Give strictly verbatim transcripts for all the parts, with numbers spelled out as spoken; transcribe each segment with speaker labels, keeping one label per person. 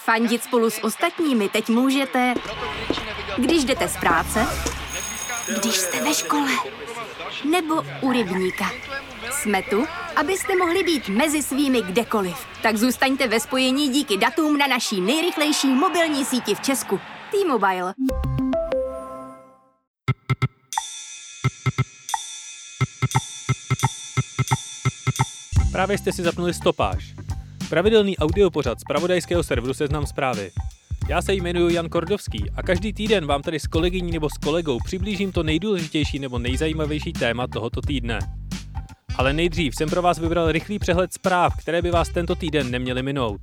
Speaker 1: Fandit spolu s ostatními teď můžete, když jdete z práce, když jste ve škole, nebo u rybníka. Jsme tu, abyste mohli být mezi svými kdekoliv. Tak zůstaňte ve spojení díky datům na naší nejrychlejší mobilní síti v Česku. T-Mobile.
Speaker 2: Právě jste si zapnuli Stopáž. Pravidelný audiopořad z zpravodajského serveru Seznam Zprávy. Já se jmenuji Jan Kordovský a každý týden vám tady s kolegyní nebo s kolegou přiblížím to nejdůležitější nebo nejzajímavější téma tohoto týdne. Ale nejdřív jsem pro vás vybral rychlý přehled zpráv, které by vás tento týden neměly minout.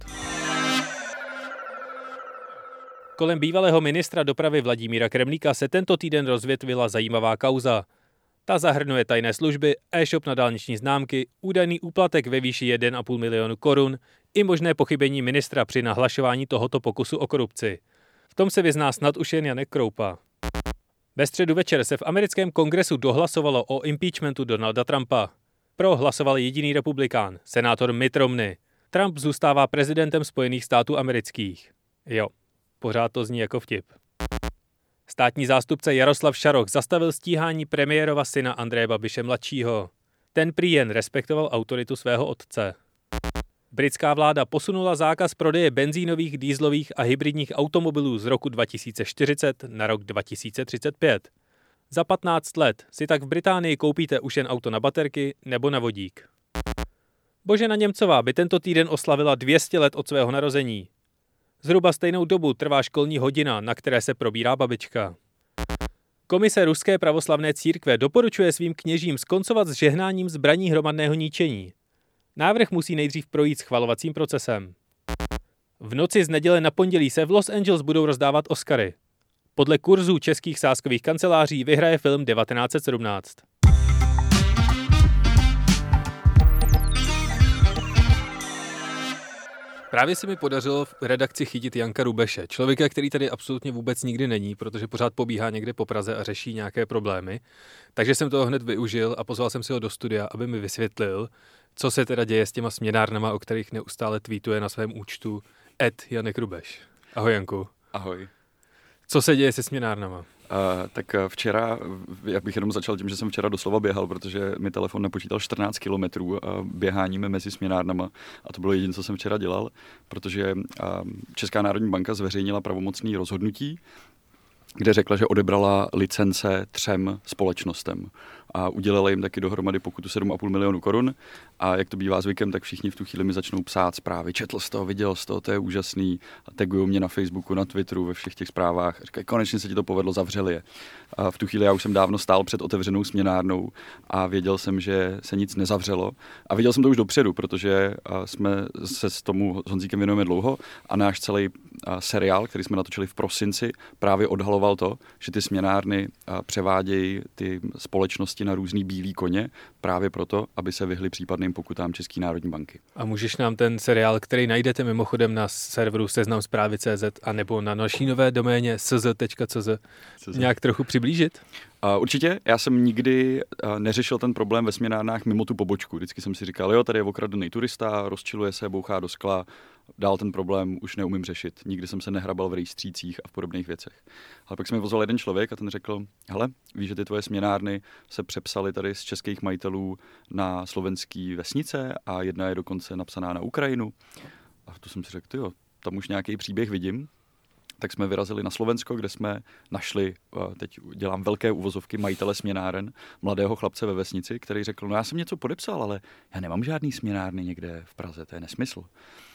Speaker 2: Kolem bývalého ministra dopravy Vladimíra Kremlíka se tento týden rozvětvila zajímavá kauza. Ta zahrnuje tajné služby, e-shop na dálniční známky, údajný úplatek ve výši jeden a půl milionu korun i možné pochybení ministra při nahlašování tohoto pokusu o korupci. V tom se vyzná snad už jen Janek Kroupa. Ve středu večer se v americkém kongresu dohlasovalo o impeachmentu Donalda Trumpa. Pro hlasoval jediný republikán, senátor Mitt Romney. Trump zůstává prezidentem Spojených států amerických. Jo, pořád to zní jako vtip. Státní zástupce Jaroslav Šaroch zastavil stíhání premiérova syna Andreje Babiše mladšího. Ten prý jen respektoval autoritu svého otce. Britská vláda posunula zákaz prodeje benzínových, dieselových a hybridních automobilů z roku dva tisíce čtyřicet na rok dva tisíce třicet pět. Za patnáct let si tak v Británii koupíte už jen auto na baterky nebo na vodík. Božena Němcová by tento týden oslavila dvě stě let od svého narození. Zhruba stejnou dobu trvá školní hodina, na které se probírá babička. Komise Ruské pravoslavné církve doporučuje svým kněžím skoncovat s žehnáním zbraní hromadného ničení. Návrh musí nejdřív projít schvalovacím procesem. V noci z neděle na pondělí se v Los Angeles budou rozdávat Oscary. Podle kurzů českých sázkových kanceláří vyhraje film devatenáct set sedmnáct. Právě se mi podařilo v redakci chytit Janka Rubeše, člověka, který tady absolutně vůbec nikdy není, protože pořád pobíhá někde po Praze a řeší nějaké problémy. Takže jsem toho hned využil a pozval jsem si ho do studia, aby mi vysvětlil, co se teda děje s těma směnárnama, o kterých neustále tweetuje na svém účtu et Janek Rubeš. Ahoj Janku.
Speaker 3: Ahoj.
Speaker 2: Co se děje se směnárnama?
Speaker 3: Uh, tak včera, já bych jenom začal tím, že jsem včera doslova běhal, protože mi telefon nepočítal čtrnáct kilometrů uh, běháním mezi směnárnama a to bylo jediné, co jsem včera dělal, protože uh, Česká národní banka zveřejnila pravomocné rozhodnutí, kde řekla, že odebrala licence třem společnostem a udělala jim taky dohromady pokutu sedm a půl milionu korun a jak to bývá zvykem, tak všichni v tu chvíli mi začnou psát zprávy. Četl jsi to, viděl jsi to, to je úžasný. A tagujou mě na Facebooku, na Twitteru, ve všech těch zprávách. Říkají, konečně se ti to povedlo, zavřeli je. A v tu chvíli já už jsem dávno stál před otevřenou směnárnou a věděl jsem, že se nic nezavřelo. A viděl jsem to už dopředu, protože jsme se s tomu s Honzíkem věnujeme dlouho a náš celý seriál, který jsme natočili v prosinci, právě odhaloval to, že ty směnárny převádějí ty společnosti na různý bílý koně právě proto, aby se vyhly případným pokutám České národní banky.
Speaker 2: A můžeš nám ten seriál, který najdete mimochodem na serveru Seznam Zprávy tečka cé zet a nebo na naší nové doméně s z tečka c z nějak trochu přiblížit?
Speaker 3: Uh, určitě. Já jsem nikdy uh, neřešil ten problém ve směnárnách mimo tu pobočku. Vždycky jsem si říkal, jo, tady je okradený turista, rozčiluje se, bouchá do skla, dál ten problém už neumím řešit. Nikdy jsem se nehrabal v rejstřících a v podobných věcech. Ale pak se mi pozval jeden člověk a ten řekl, hele, víš, že ty tvoje směnárny se přepsaly tady z českých majitelů na slovenský vesnice a jedna je dokonce napsaná na Ukrajinu. A to jsem si řekl, jo, tam už nějaký příběh vidím. Tak jsme vyrazili na Slovensko, kde jsme našli, teď dělám velké uvozovky, majitele směnáren, mladého chlapce ve vesnici, který řekl, no já jsem něco podepsal, ale já nemám žádný směnárny někde v Praze, to je nesmysl.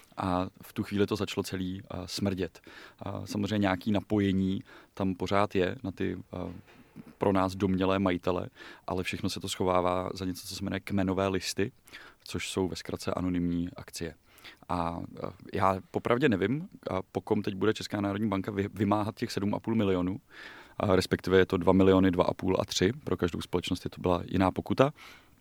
Speaker 3: A v tu chvíli to začalo celý uh, smrdět. A samozřejmě nějaké napojení tam pořád je na ty uh, pro nás domnělé majitele, ale všechno se to schovává za něco, co se jmenuje kmenové listy, což jsou ve zkratce anonymní akcie. A já popravdě nevím, po kom teď bude Česká národní banka vymáhat těch sedm a půl milionů, respektive je to dva miliony, dva a půl a tři, pro každou společnost je to byla jiná pokuta.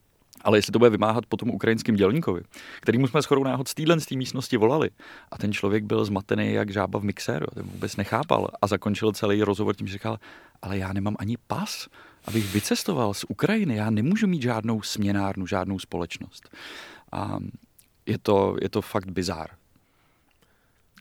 Speaker 3: Ale jestli to bude vymáhat po tom ukrajinském dělníkovi, kterýmu jsme shodou náhod z téhle z té místnosti volali a ten člověk byl zmatený jak žába v mixéru, ten vůbec nechápal a zakončil celý rozhovor tím, že říkal, ale já nemám ani pas, abych vycestoval z Ukrajiny, já nemůžu mít žádnou směnárnu, žádnou společnost. A je to, je to fakt bizár.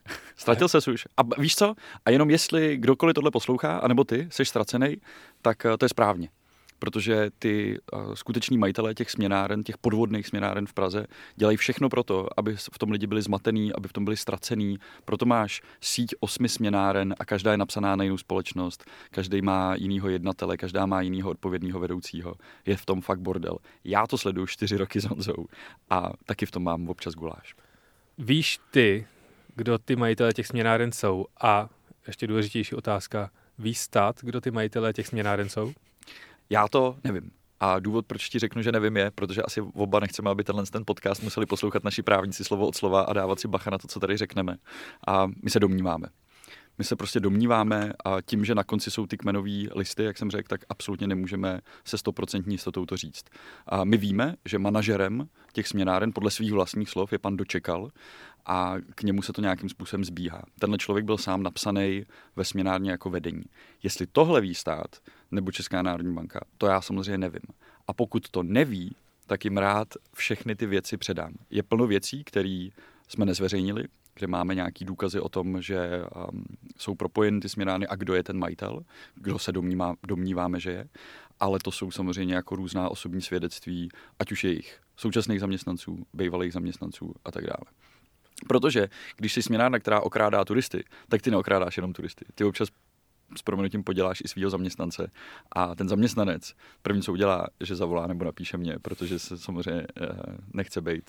Speaker 3: Ztratil ses už. A víš co? A jenom jestli kdokoliv tohle poslouchá, anebo ty, jsi ztracenej, tak to je správně. Protože ty uh, skuteční majitelé těch směnáren, těch podvodných směnáren v Praze, dělají všechno pro to, aby v tom lidi byli zmatený, aby v tom byli ztracený. Proto máš síť osmi směnáren a každá je napsaná na jinou společnost. Každý má jinýho jednatele, každá má jinýho odpovědného vedoucího. Je v tom fakt bordel. Já to sleduju čtyři roky s Honzou a taky v tom mám občas guláš.
Speaker 2: Víš ty, kdo ty majitelé těch směnáren jsou? A ještě důležitější otázka, víš stát, kdo ty majitelé těch směnáren jsou?
Speaker 3: Já to nevím. A důvod, proč ti řeknu, že nevím, je, protože asi oba nechceme, aby tenhle ten podcast museli poslouchat naši právníci slovo od slova a dávat si bacha na to, co tady řekneme. A my se domníváme. My se prostě domníváme a tím, že na konci jsou ty kmenový listy, jak jsem řekl, tak absolutně nemůžeme se stoprocentní jistotou to říct. A my víme, že manažerem těch směnáren podle svých vlastních slov je pan Dočekal a k němu se to nějakým způsobem zbíhá. Tenhle člověk byl sám napsaný ve směnárně jako vedení. Jestli tohle ví stát nebo Česká národní banka, to já samozřejmě nevím. A pokud to neví, tak jim rád všechny ty věci předám. Je plno věcí, které jsme nezveřejnili, kde máme nějaký důkazy o tom, že um, jsou propojeny ty směnárny a kdo je ten majitel, kdo se domnívá, domníváme, že je. Ale to jsou samozřejmě jako různá osobní svědectví, ať už jejich současných zaměstnanců, bývalých zaměstnanců a tak dále. Protože když jsi směnárna, která okrádá turisty, tak ty neokrádáš jenom turisty. Ty občas s proměnutím poděláš i svýho zaměstnance a ten zaměstnanec první, co udělá, že zavolá nebo napíše mě, protože se samozřejmě nechce být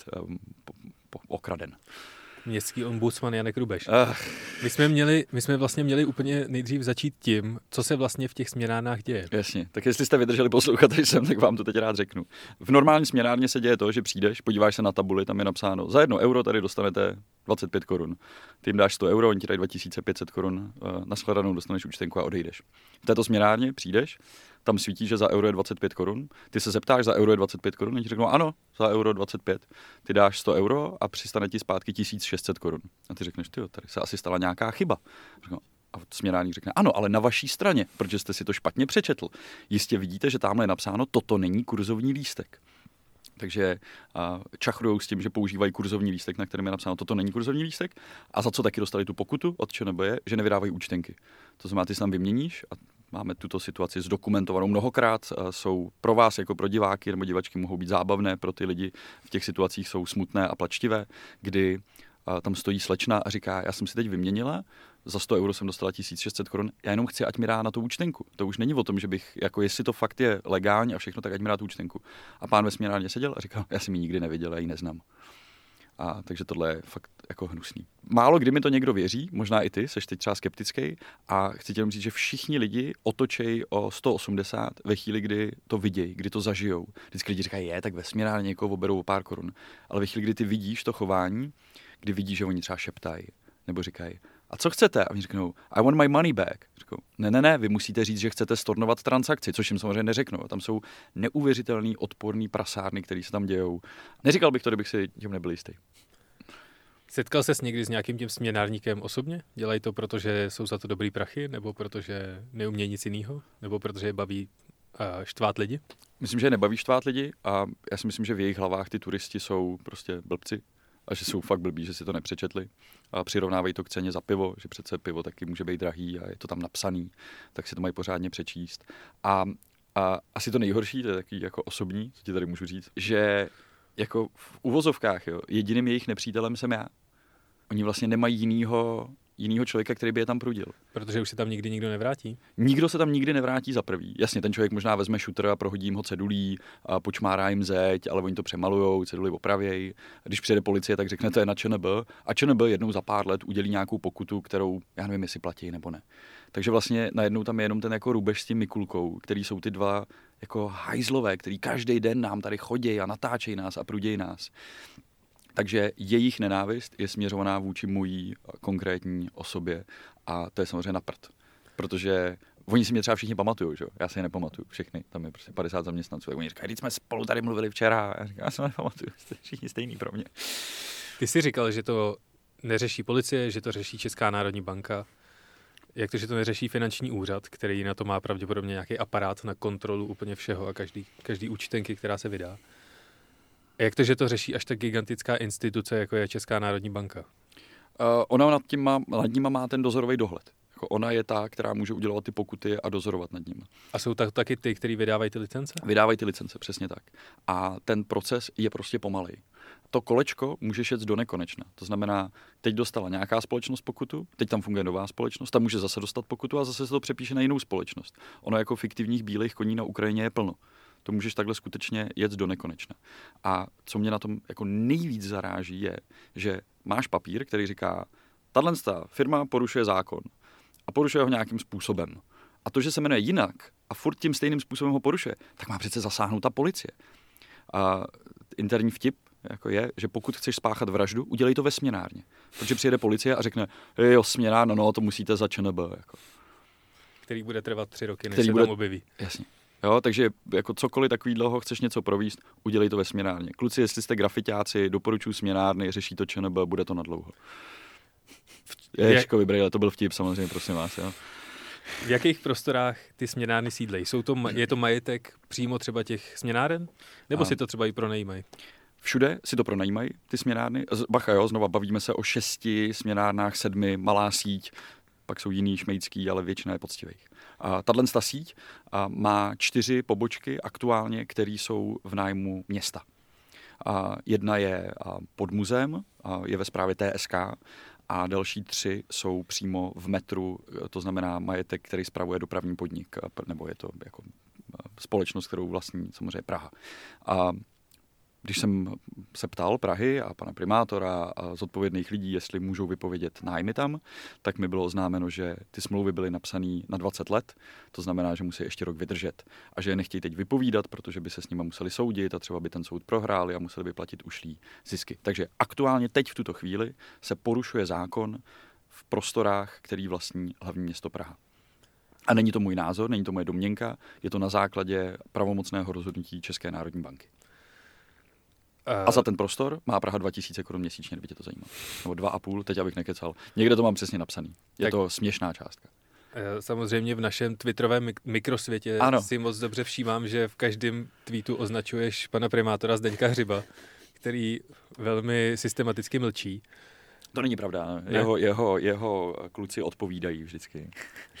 Speaker 3: okraden.
Speaker 2: Městský ombudsman Janek Rubeš.
Speaker 3: Uh.
Speaker 2: My jsme měli, my jsme vlastně měli úplně nejdřív začít tím, co se vlastně v těch směnárnách děje.
Speaker 3: Jasně, tak jestli jste vydrželi poslouchat, když jsem, tak vám to teď rád řeknu. V normální směnárně se děje to, že přijdeš, podíváš se na tabuli, tam je napsáno, za jedno euro tady dostanete dvacet pět korun. Ty jim dáš sto euro, oni ti dají dva tisíce pět set korun, na shledanou dostaneš účtenku a odejdeš. V této směnárně přijdeš, tam svítí, že za euro je dvacet pět korun. Ty se zeptáš, za euro je dvacet pět korun, a ti řeknou, ano, za euro dvacet pět. Ty dáš sto euro a přistane ti zpátky tisíc šest set korun. A ty řekneš, tyjo, tady se asi stala nějaká chyba. A směnárník řekne, ano, ale na vaší straně, protože jste si to špatně přečetl. Jistě vidíte, že tamhle je napsáno, toto není kurzovní lístek. Takže čachrujou s tím, že používají kurzovní lístek, na kterém je napsáno, toto není kurzovní lístek, a za co taky dostali tu pokutu od ČNB je, že nevydávají účtenky. To znamená, ty se tam vyměníš a máme tuto situaci zdokumentovanou mnohokrát, jsou pro vás jako pro diváky nebo divačky mohou být zábavné, pro ty lidi v těch situacích jsou smutné a plačtivé, kdy tam stojí slečna a říká, já jsem si teď vyměnila, za sto euro jsem dostala tisíc šest set korun, já jenom chci, ať mi dá na tu účtenku. To už není o tom, že bych, jako jestli to fakt je legální a všechno, tak ať mi dá tu účtenku. A pán ve směnárně seděl a říkal, já jsem ji nikdy neviděl, já ji neznám. A takže tohle je fakt jako hnusný. Málo kdy mi to někdo věří, možná i ty, seš teď třeba skeptický, a chci ti jenom říct, že všichni lidi otočejí o sto osmdesát ve chvíli, kdy to vidějí, kdy to zažijou. Vždycky lidi říkají, je, tak ve směnárně někoho oberou o pár korun. Ale ve chvíli, kdy ty vidíš to chování, kdy vidíš, že oni třeba šeptají nebo říkají, a co chcete? A oni řeknou, I want my money back. Řeknou, ne, ne, ne, vy musíte říct, že chcete stornovat transakci, což jim samozřejmě neřeknou. A tam jsou neuvěřitelný, odporný prasárny, které se tam dějou. Neříkal bych to, kdybych si tím nebyl jistý.
Speaker 2: Setkal ses někdy s nějakým tím směnárníkem osobně? Dělají to, protože jsou za to dobrý prachy, nebo protože neumějí nic jiného, nebo protože je baví uh, štvát lidi?
Speaker 3: Myslím, že je nebaví štvát lidi a já si myslím, že v jejich hlavách ty turisti jsou prostě blbci. A že jsou fakt blbí, že si to nepřečetli. A přirovnávají to k ceně za pivo, že přece pivo taky může být drahý a je to tam napsaný, tak si to mají pořádně přečíst. A, a asi to nejhorší, to je takový jako osobní, co ti tady můžu říct, že jako v uvozovkách, jo, jediným jejich nepřítelem jsem já. Oni vlastně nemají jinýho, jinýho člověka, který by je tam prudil.
Speaker 2: Protože už se tam nikdy nikdo nevrátí?
Speaker 3: Nikdo se tam nikdy nevrátí za prvý. Jasně, ten člověk možná vezme šutr a prohodí jim ho cedulí, a počmárá jim zeď, ale oni to přemalujou, ceduly opravějí. Když přijede policie, tak řekne, to je na ČNB. A ČNB jednou za pár let udělí nějakou pokutu, kterou já nevím, jestli platí nebo ne. Takže vlastně najednou tam je jenom ten jako Rubeš s tím Mikulkou, který jsou ty dva jako hajzlové, který každý den nám tady chodí a natáčejí nás a prudějí nás. Takže jejich nenávist je směřovaná vůči mojí konkrétní osobě a to je samozřejmě na prd. Protože oni si mě třeba všichni pamatujou, že jo? Já si je nepamatuju, všechny, tam je prostě padesát zaměstnanců. Tak oni říkají, když jsme spolu tady mluvili včera, já říkám, já se nepamatuju, jste všichni stejný pro mě.
Speaker 2: Ty jsi říkal, že to neřeší policie, že to řeší Česká národní banka. Jak to, že to neřeší finanční úřad, který na to má pravděpodobně nějaký aparát na kontrolu úplně všeho a každý, každý účtenky, která se vydá. A jak to, že to řeší až tak gigantická instituce, jako je Česká národní banka?
Speaker 3: ona nad, tím má, nad nima má ten dozorový dohled. Jako ona je ta, která může udělovat ty pokuty a dozorovat nad nimi.
Speaker 2: A jsou tak, taky ty, kteří vydávají ty licence?
Speaker 3: Vydávají ty licence, přesně tak. A ten proces je prostě pomalej. To kolečko může šet do nekonečna. To znamená, teď dostala nějaká společnost pokutu, teď tam funguje nová společnost, ta může zase dostat pokutu a zase se to přepíše na jinou společnost. Ono jako fiktivních bílých koní na Ukrajině je plno. To můžeš takhle skutečně jet do nekonečna. A co mě na tom jako nejvíc zaráží je, že máš papír, který říká, tahle firma porušuje zákon a porušuje ho nějakým způsobem. A to, že se jmenuje jinak a furt tím stejným způsobem ho porušuje, tak má přece zasáhnout ta policie. A interní vtip jako je, že pokud chceš spáchat vraždu, udělej to ve směnárně. Protože přijede policie a řekne, jo, směnárna, no, to musíte za ČNB. Jako.
Speaker 2: Který bude trvat tři roky, než
Speaker 3: Který
Speaker 2: se
Speaker 3: bude...
Speaker 2: tam objeví.
Speaker 3: Jasně. Jo, takže jako cokoliv takový dlouho chceš něco províst, udělej to ve směnárně. Kluci, jestli jste grafiťáci, doporučuji směnárny, řeší to ČNB, bude to na dlouho. Ježko vybrejle, to byl vtip, samozřejmě, prosím vás. Jo.
Speaker 2: V jakých prostorách ty směnárny sídlejí? Jsou to, je to majetek přímo třeba těch směnáren? Nebo a... si to třeba i pronajímají?
Speaker 3: Všude si to pronajímají, ty směnárny. Bacha, jo, znova bavíme se o šesti směnárnách, sedmi, malá síť, pak jsou jiný šmejdský, ale většina je poctivých. A tato síť a má čtyři pobočky aktuálně, které jsou v nájmu města. A jedna je pod muzeem, a je ve správě T S K, a další tři jsou přímo v metru, to znamená majetek, který spravuje dopravní podnik, nebo je to jako společnost, kterou vlastní samozřejmě Praha. A když jsem se ptal Prahy a pana primátora a zodpovědných lidí, jestli můžou vypovědět nájmy tam, tak mi bylo oznámeno, že ty smlouvy byly napsané na dvacet let, to znamená, že musí ještě rok vydržet a že je nechtějí teď vypovídat, protože by se s nimi museli soudit a třeba by ten soud prohráli a museli by platit ušlý zisky. Takže aktuálně teď v tuto chvíli se porušuje zákon v prostorách, který vlastní hlavní město Praha. A není to můj názor, není to moje domněnka, je to na základě pravomocného rozhodnutí České národní banky. A za ten prostor má Praha dva tisíce korun měsíčně, kdyby tě to zajímalo. Nebo dva a půl, teď abych nekecal. Někde to mám přesně napsaný. Je tak to směšná částka.
Speaker 2: Samozřejmě v našem twitterovém mikrosvětě ano. Si moc dobře všímám, že v každém tweetu označuješ pana primátora Zdeňka Hřiba, který velmi systematicky mlčí.
Speaker 3: To není pravda. Jeho, jeho, jeho kluci odpovídají vždycky.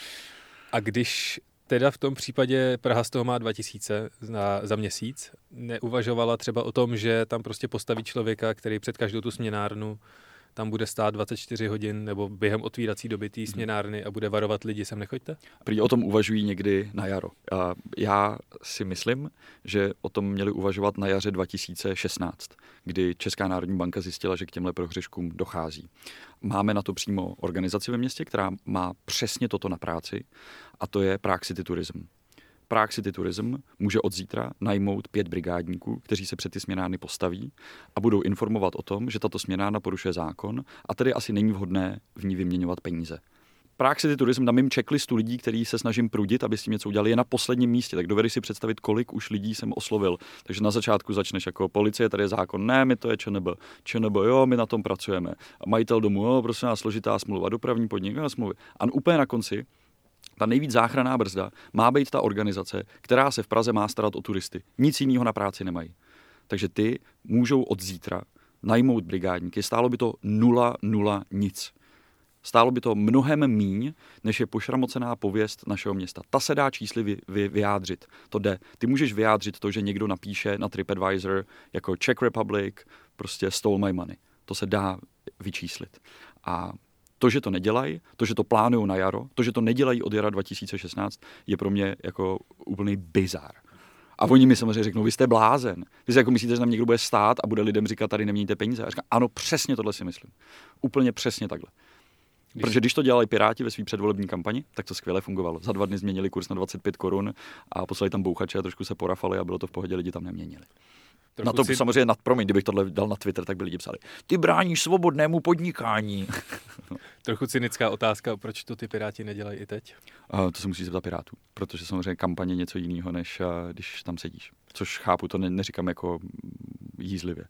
Speaker 2: A když teda v tom případě Praha z toho má dva tisíce za, za měsíc, neuvažovala třeba o tom, že tam prostě postaví člověka, který před každou tu směnárnu tam bude stát dvacet čtyři hodin nebo během otvírací doby té směnárny a bude varovat lidi, sem nechoďte?
Speaker 3: Prý o tom uvažují někdy na jaro. A já si myslím, že o tom měli uvažovat na jaře dva tisíce šestnáct, kdy Česká národní banka zjistila, že k těmhle prohřeškům dochází. Máme na to přímo organizaci ve městě, která má přesně toto na práci, a to je Prague City Tourism. Prague City Tourism může od zítra najmout pět brigádníků, kteří se před ty směnárny postaví a budou informovat o tom, že tato směnárna porušuje zákon a tedy asi není vhodné v ní vyměňovat peníze. Prague City Tourism na mým checklistu lidí, který se snažím prudit, aby s tím něco udělali, je na posledním místě. Tak dovedeš si představit, kolik už lidí jsem oslovil. Takže na začátku začneš jako policie, tady je zákon, ne, my to je ČNB. ČNB, jo, my na tom pracujeme. A majitel domu, jo, prostě nás složitá smlouva, dopravní podnik, jo, smlouvy. A úplně na konci ta nejvíc záchranná brzda má být ta organizace, která se v Praze má starat o turisty. Nic jiného na práci nemají. Takže ty můžou od zítra najmout brigádníky. Stálo by to nula, nula, nic. Stálo by to mnohem míň, než je pošramocená pověst našeho města. Ta se dá čísly vy, vy, vyjádřit. To jde. Ty můžeš vyjádřit to, že někdo napíše na TripAdvisor jako Czech Republic, prostě stole my money. To se dá vyčíslit. A to, že to nedělají, to, že to plánují na jaro, to, že to nedělají od jara dva tisíce šestnáct, je pro mě jako úplný bizár. A oni mi samozřejmě řeknou, vy jste blázen. Vy si jako myslíte, že tam někdo bude stát a bude lidem říkat, tady neměníte peníze. A říkám, ano, přesně tohle si myslím. Úplně přesně takhle. Když... Protože když to dělali Piráti ve své předvolební kampani, tak to skvěle fungovalo. Za dva dny změnili kurz na dvacet pět korun a poslali tam bouchače a trošku se porafali a bylo to v pohodě, lidi tam neměnili. Trochu na to si... samozřejmě, nad, promiň, kdybych tohle dal na Twitter, tak by lidi psali, ty bráníš svobodnému podnikání.
Speaker 2: Trochu cynická otázka, proč to ty Piráti nedělají i teď?
Speaker 3: Uh, to se musí zeptat Pirátů, protože samozřejmě kampaně je něco jiného, než uh, když tam sedíš. Což chápu, to ne, neříkám jako jízlivě.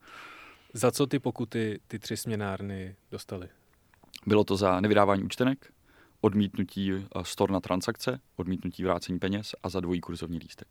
Speaker 2: Za co ty pokuty ty tři směnárny dostaly?
Speaker 3: Bylo to za nevydávání účtenek, odmítnutí uh, store na transakce, odmítnutí vrácení peněz a za dvojí kurzovní lístek.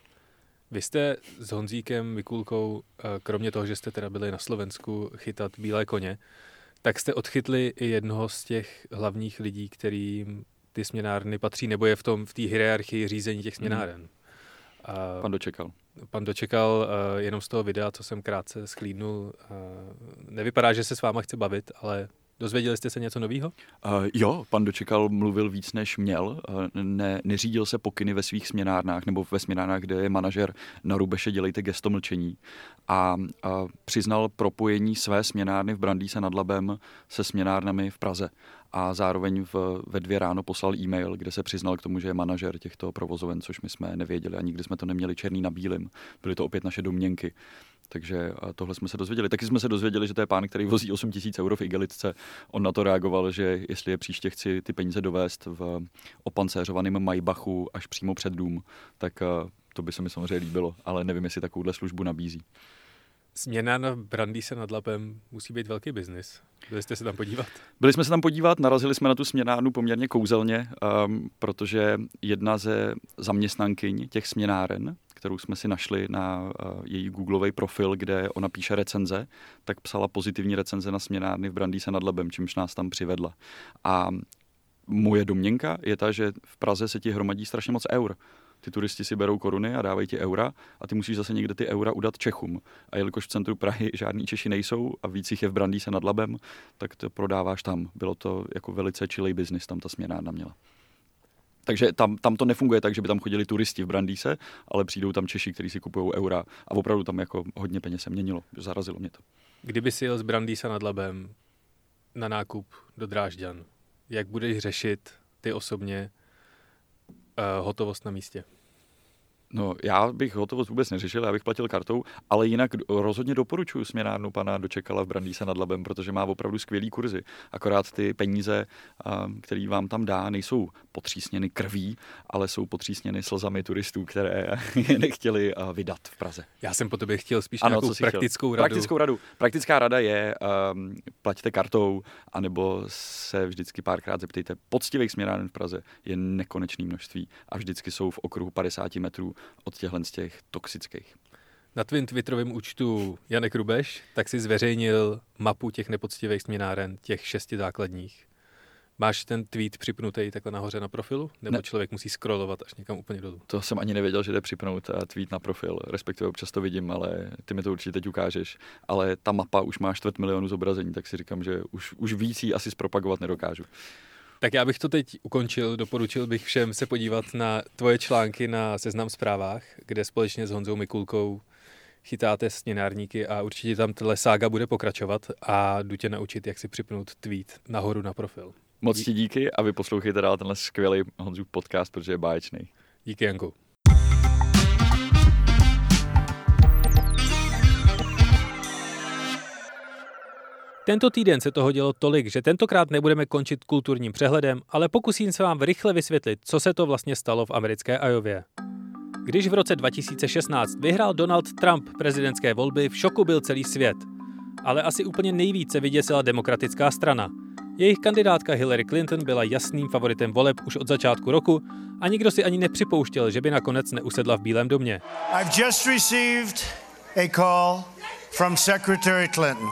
Speaker 2: Vy jste s Honzíkem Mikulkou, kromě toho, že jste teda byli na Slovensku chytat bílé koně, Tak jste odchytli i jednoho z těch hlavních lidí, kterým ty směnárny patří, nebo je v tom v té hierarchii řízení těch směnáren. Hmm. A
Speaker 3: pan Dočekal.
Speaker 2: Pan Dočekal, uh, jenom z toho videa, co jsem krátce sklídnul, uh, nevypadá, že se s váma chce bavit, ale dozvěděli jste se něco novýho?
Speaker 3: Uh, jo, pan Dočekal mluvil víc, než měl. Uh, ne, neřídil se pokyny ve svých směnárnách nebo ve směnárnách, kde je manažer na rubeše, dělejte gesto mlčení. A uh, přiznal propojení své směnárny v Brandýse nad Labem se směnárnami v Praze. A zároveň v, ve dvě ráno poslal e-mail, kde se přiznal k tomu, že je manažer těchto provozoven, což my jsme nevěděli a nikdy jsme to neměli černý na bílým. Byly to opět naše domněnky. Takže tohle jsme se dozvěděli. Taky jsme se dozvěděli, že to je pán, který vozí osm tisíc euro v igelitce. On na to reagoval, že jestli je příště chci ty peníze dovést v opancéřovaném Maybachu až přímo před dům, tak to by se mi samozřejmě líbilo, ale nevím, jestli takovouhle službu nabízí.
Speaker 2: Směnárna v Brandýse nad Labem musí být velký biznis. Byli jste se tam podívat?
Speaker 3: Byli jsme se tam podívat, narazili jsme na tu směnárnu poměrně kouzelně, um, protože jedna ze zaměstnankyň těch směnáren, kterou jsme si našli na uh, její googlový profil, kde ona píše recenze, tak psala pozitivní recenze na směnárny v Brandýse nad Labem, čímž nás tam přivedla. A moje domněnka je ta, že v Praze se ti hromadí strašně moc eur. Ty turisti si berou koruny a dávají ti eura a ty musíš zase někde ty eura udat Čechům. A jelikož v centru Prahy žádní Češi nejsou a víc jich je v Brandýse nad Labem, tak to prodáváš tam. Bylo to jako velice chilej biznis, tam ta směnárna měla. Takže tam, tam to nefunguje tak, že by tam chodili turisti v Brandýse, ale přijdou tam Češi, kteří si kupují eura a opravdu tam jako hodně peněz se měnilo. Zarazilo mě to.
Speaker 2: Kdyby si jel z Brandýsa nad Labem na nákup do Drážďan, jak budeš řešit ty osobně uh, hotovost na místě?
Speaker 3: No, já bych hotovost vůbec neřešil, já bych platil kartou, ale jinak rozhodně doporučuji směnárnu pana Dočekala v Brandýse nad Labem, protože má opravdu skvělý kurzy. Akorát ty peníze, které vám tam dá, nejsou potřísněny krví, ale jsou potřísněny slzami turistů, které je nechtěli vydat v Praze.
Speaker 2: Já jsem po tobě chtěl spíš
Speaker 3: ano,
Speaker 2: nějakou praktickou
Speaker 3: chtěl?
Speaker 2: radu.
Speaker 3: Praktickou radu. Praktická rada je, um, plaťte kartou, anebo se vždycky párkrát zeptejte. Poctivých směnáren v Praze je nekonečné množství a vždycky jsou v okruhu padesát metrů od těchhle z těch toxických.
Speaker 2: Na tvým twitterovém účtu Janek Rubeš tak si zveřejnil mapu těch nepoctivých směnáren, těch šesti základních. Máš ten tweet připnutý takhle nahoře na profilu? Nebo ne. Člověk musí scrollovat až někam úplně dolů?
Speaker 3: To jsem ani nevěděl, že jde připnout tweet na profil. Respektive občas to vidím, ale ty mi to určitě teď ukážeš. Ale ta mapa už má čtvrt milionu zobrazení, tak si říkám, že už, už víc jí asi zpropagovat nedokážu.
Speaker 2: Tak já bych to teď ukončil, doporučil bych všem se podívat na tvoje články na Seznam Zprávách, kde společně s Honzou Mikulkou chytáte směnárníky a určitě tam tato sága bude pokračovat a jdu tě naučit, jak si připnout tweet nahoru na profil.
Speaker 3: Moc ti díky a vy poslouchejte dál tenhle skvělý Honzův podcast, protože je báječný.
Speaker 2: Díky, Janku. Tento týden se toho dělo tolik, že tentokrát nebudeme končit kulturním přehledem, ale pokusím se vám rychle vysvětlit, co se to vlastně stalo v americké Iově. Když v roce dva tisíce šestnáct vyhrál Donald Trump prezidentské volby, v šoku byl celý svět. Ale asi úplně nejvíce vyděsila demokratická strana. Jejich kandidátka Hillary Clinton byla jasným favoritem voleb už od začátku roku a nikdo si ani nepřipouštěl, že by nakonec neusedla v Bílém domě.
Speaker 4: I've just received a call from Secretary Clinton.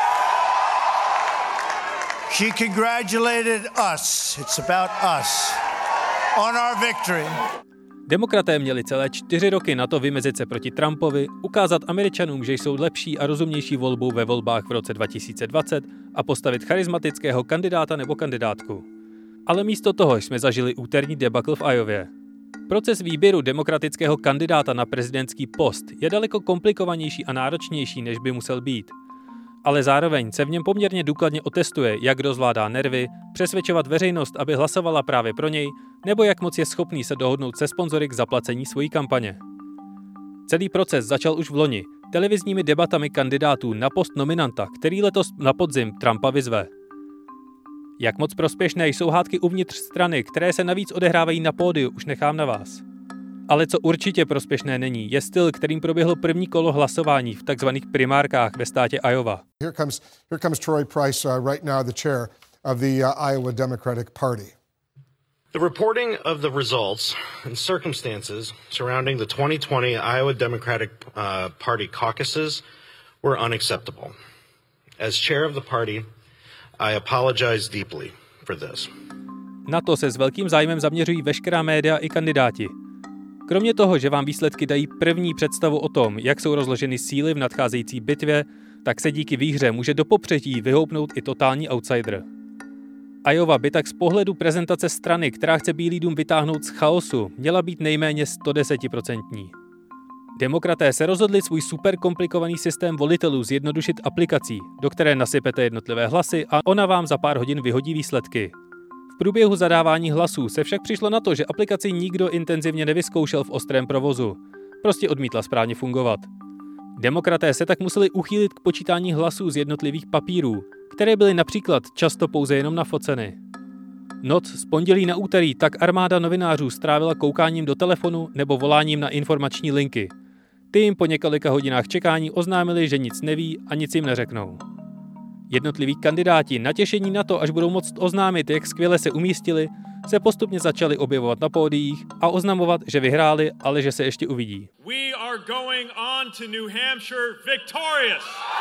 Speaker 4: She congratulated us, it's about us, on our victory.
Speaker 2: Demokraté měli celé čtyři roky na to vymezit se proti Trumpovi, ukázat Američanům, že jsou lepší a rozumnější volbou ve volbách v roce dva tisíce dvacet a postavit charismatického kandidáta nebo kandidátku. Ale místo toho jsme zažili úterní debakl v Iově. Proces výběru demokratického kandidáta na prezidentský post je daleko komplikovanější a náročnější, než by musel být. Ale zároveň se v něm poměrně důkladně otestuje, jak kdo zvládá nervy, přesvědčovat veřejnost, aby hlasovala právě pro něj, nebo jak moc je schopný se dohodnout se sponzory k zaplacení svojí kampaně. Celý proces začal už v loni, televizními debatami kandidátů na post nominanta, který letos na podzim Trumpa vyzve. Jak moc prospěšné jsou hádky uvnitř strany, které se navíc odehrávají na pódiu, už nechám na vás. Ale co určitě prospěšné není, je styl, kterým proběhlo první kolo hlasování v takzvaných primárkách ve státě Iowa.
Speaker 5: Here comes, here comes Troy Price, uh, right now the chair of the uh, Iowa Democratic Party.
Speaker 6: The reporting of the results and circumstances surrounding the twenty twenty Iowa Democratic uh, Party caucuses were unacceptable. As chair of the party, I apologize deeply for this.
Speaker 2: Na to se s velkým zájmem zaměřují veškerá média i kandidáti. Kromě toho, že vám výsledky dají první představu o tom, jak jsou rozloženy síly v nadcházející bitvě, tak se díky výhře může do popředí vyhoupnout i totální outsider. Iowa by tak z pohledu prezentace strany, která chce Bílý dům vytáhnout z chaosu, měla být nejméně sto deset procent. Demokraté se rozhodli svůj super komplikovaný systém volitelů zjednodušit aplikací, do které nasypete jednotlivé hlasy a ona vám za pár hodin vyhodí výsledky. V průběhu zadávání hlasů se však přišlo na to, že aplikaci nikdo intenzivně nevyzkoušel v ostrém provozu. Prostě odmítla správně fungovat. Demokraté se tak museli uchýlit k počítání hlasů z jednotlivých papírů, které byly například často pouze jenom nafoceny. Noc z pondělí na úterý tak armáda novinářů strávila koukáním do telefonu nebo voláním na informační linky. Ty jim po několika hodinách čekání oznámili, že nic neví a nic jim neřeknou. Jednotliví kandidáti, natěšení na to, až budou moct oznámit, jak skvěle se umístili, se postupně začali objevovat na pódiích a oznamovat, že vyhráli, ale že se ještě uvidí.
Speaker 7: We are going on to New Hampshire victorious.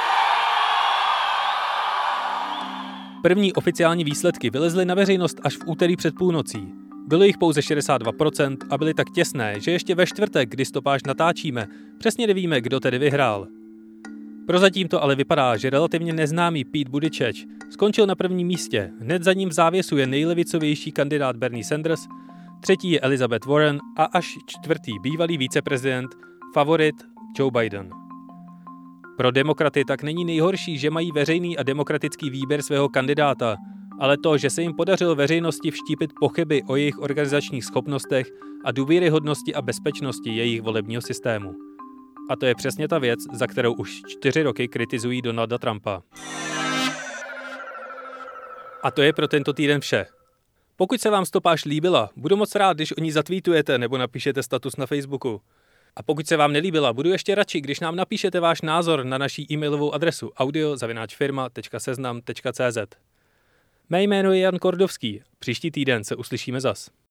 Speaker 2: První oficiální výsledky vylezly na veřejnost až v úterý před půlnocí. Bylo jich pouze šedesát dva procent a byly tak těsné, že ještě ve čtvrtek, kdy stopáž natáčíme, přesně nevíme, kdo tedy vyhrál. Prozatím to ale vypadá, že relativně neznámý Pete Buttigieg skončil na prvním místě, hned za ním v závěsu je nejlevicovější kandidát Bernie Sanders, třetí je Elizabeth Warren a až čtvrtý bývalý viceprezident, favorit Joe Biden. Pro demokraty tak není nejhorší, že mají veřejný a demokratický výběr svého kandidáta, ale to, že se jim podařilo veřejnosti vštípit pochyby o jejich organizačních schopnostech a důvěryhodnosti a bezpečnosti jejich volebního systému. A to je přesně ta věc, za kterou už čtyři roky kritizují Donalda Trumpa. A to je pro tento týden vše. Pokud se vám stopáž líbila, budu moc rád, když o ní zatweetujete nebo napíšete status na Facebooku. A pokud se vám nelíbila, budu ještě radši, když nám napíšete váš názor na naší e-mailovou adresu audio zavináč firma tečka seznam tečka cé zet. Mé jméno je Jan Kordovský. Příští týden se uslyšíme zas.